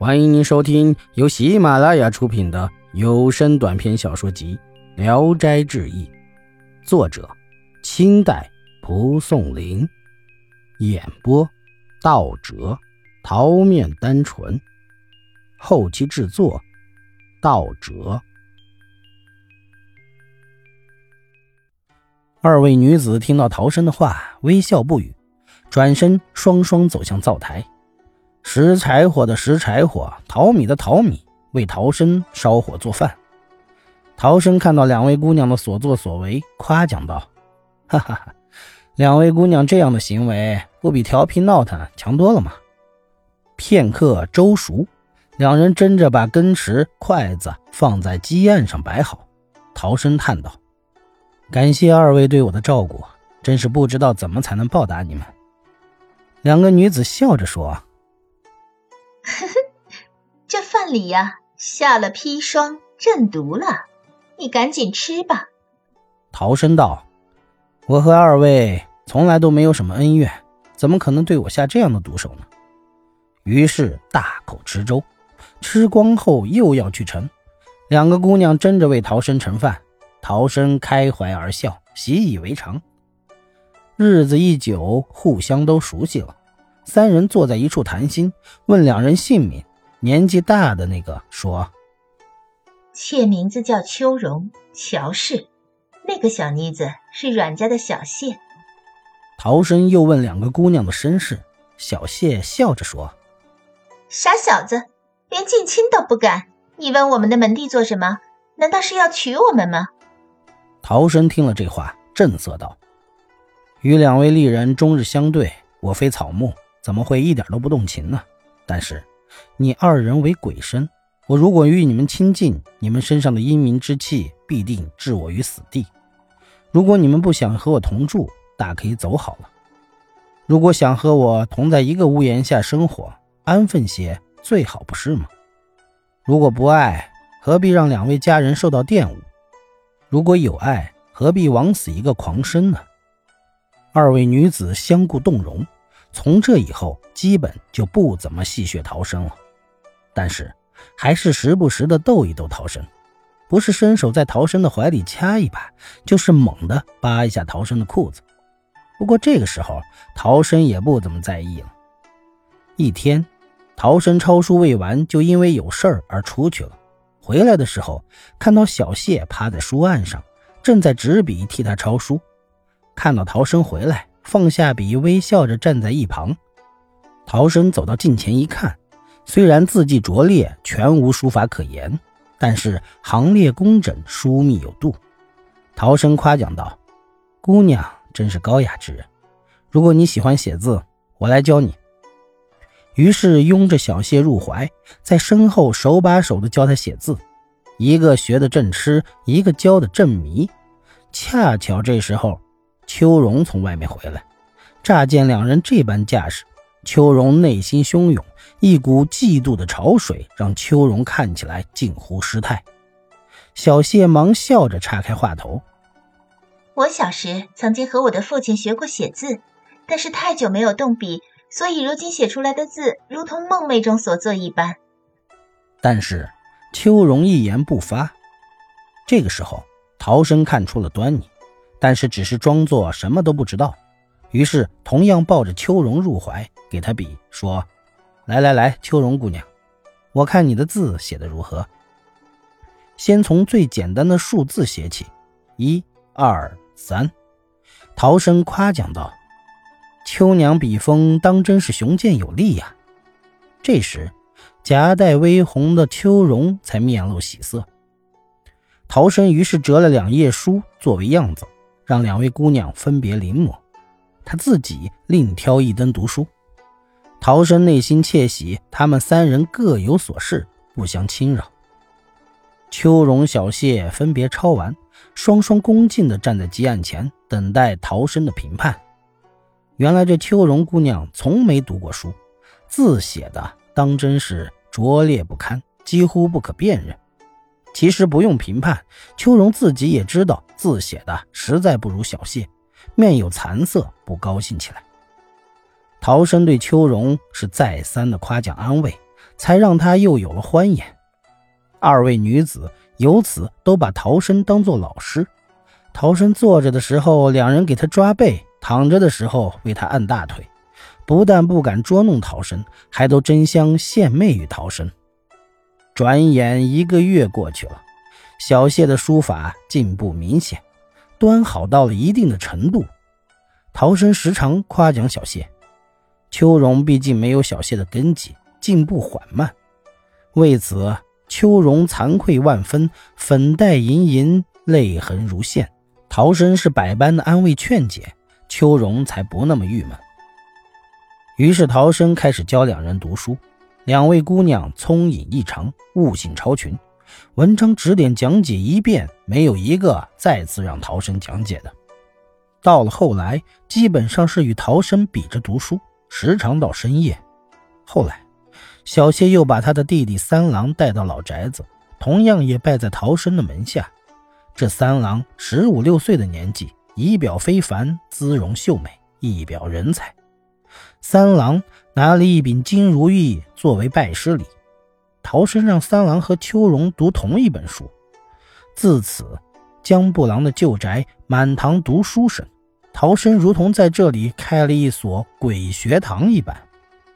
欢迎您收听由喜马拉雅出品的有声短篇小说集《聊斋志异》，作者清代蒲松龄，演播道哲、桃面单纯，后期制作道哲。二位女子听到陶生的话，微笑不语，转身双双走向灶台。拾柴火的拾柴火，淘米的淘米，为陶生烧火做饭。陶生看到两位姑娘的所作所为，夸奖道：哈哈哈，两位姑娘这样的行为，不比调皮闹腾强多了吗？片刻粥熟，两人争着把羹匙筷子放在鸡案上摆好。陶生叹道：感谢二位对我的照顾，真是不知道怎么才能报答你们。两个女子笑着说： 这饭里呀，下了砒霜，中毒了，你赶紧吃吧。 陶生道：我和二位从来都没有什么恩怨，怎么可能对我下这样的毒手呢？于是大口吃粥，吃光后又要去盛。两个姑娘争着为陶生盛饭，陶生开怀而笑，习以为常。日子一久，互相都熟悉了，三人坐在一处谈心，问两人姓名。年纪大的那个说： 妾名字叫秋荣，乔氏，那个小妮子是阮家的小谢。 陶生又问两个姑娘的身世，小谢笑着说： 傻小子，连近亲都不敢，你问我们的门第做什么？难道是要娶我们吗？ 陶生听了这话，正色道：与两位丽人终日相对，我非草木，怎么会一点都不动情呢？但是你二人为鬼身，我如果与你们亲近，你们身上的阴冥之气必定置我于死地。如果你们不想和我同住，大可以走好了。如果想和我同在一个屋檐下生活，安分些最好，不是吗？如果不爱，何必让两位家人受到玷污？如果有爱，何必枉死一个狂身呢？二位女子相顾动容，从这以后基本就不怎么戏谑陶生了，但是还是时不时的逗一逗陶生，不是伸手在陶生的怀里掐一把，就是猛地扒一下陶生的裤子。不过这个时候陶生也不怎么在意了。一天，陶生抄书未完，就因为有事儿而出去了。回来的时候，看到小谢趴在书案上，正在执笔替他抄书。看到陶生回来，放下笔，微笑着站在一旁。陶生走到近前一看，虽然字迹拙劣，全无书法可言，但是行列工整，疏密有度。陶生夸奖道：姑娘真是高雅之人，如果你喜欢写字，我来教你。于是拥着小谢入怀，在身后手把手地教他写字，一个学得正吃，一个教得正迷。恰巧这时候秋荣从外面回来，乍见两人这般架势，秋荣内心汹涌，一股嫉妒的潮水让秋荣看起来近乎失态。小谢忙笑着岔开话头： 我小时曾经和我的父亲学过写字，但是太久没有动笔，所以如今写出来的字如同梦寐中所作一般。 但是秋荣一言不发。这个时候陶生看出了端倪，但是只是装作什么都不知道，于是同样抱着秋荣入怀，给他笔说：来来来，秋荣姑娘，我看你的字写得如何？先从最简单的数字写起，1、2、3。陶生夸奖道：秋娘笔锋当真是雄健有力呀。这时夹带微红的秋荣才面露喜色。陶生于是折了2页书作为样子，让两位姑娘分别临摹，他自己另挑一灯读书。陶生内心窃喜，他们三人各有所事，不相侵扰。秋荣、小谢分别抄完，双双恭敬地站在鸡案前，等待陶生的评判。原来这秋荣姑娘从没读过书，字写的当真是拙劣不堪，几乎不可辨认。其实不用评判，秋荣自己也知道字写的实在不如小谢，面有惭色，不高兴起来。陶生对秋荣是再三的夸奖安慰， 才让他又有了欢颜。二位女子由此都把陶参当作老师。陶参坐着的时候，两人给他抓背，躺着的时候为他按大腿，不但不敢捉弄陶参，还都争相献媚于陶参。转眼1个月过去了，小谢的书法进步明显，端好到了一定的程度。陶参时常夸奖小谢，秋荣毕竟没有小谢的根基，进步缓慢，为此秋荣惭愧万分，粉黛盈盈，泪痕如线。陶参是百般的安慰劝解，秋荣才不那么郁闷。于是陶参开始教两人读书，两位姑娘聪颖异常，悟性超群，文章指点讲解一遍，没有一个再次让陶参讲解的。到了后来，基本上是与陶参比着读书，时常到深夜。后来小谢又把他的弟弟三郎带到老宅子，同样也拜在陶参的门下。这三郎15、16岁的年纪，仪表非凡，姿容秀美，一表人才。三郎拿了一柄金如意作为拜师礼，陶参让三郎和秋荣读同一本书。自此江布郎的旧宅满堂读书声，陶参如同在这里开了一所鬼学堂一般。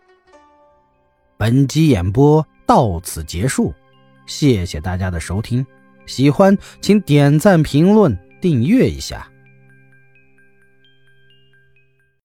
本集演播到此结束，谢谢大家的收听，喜欢请点赞评论订阅一下。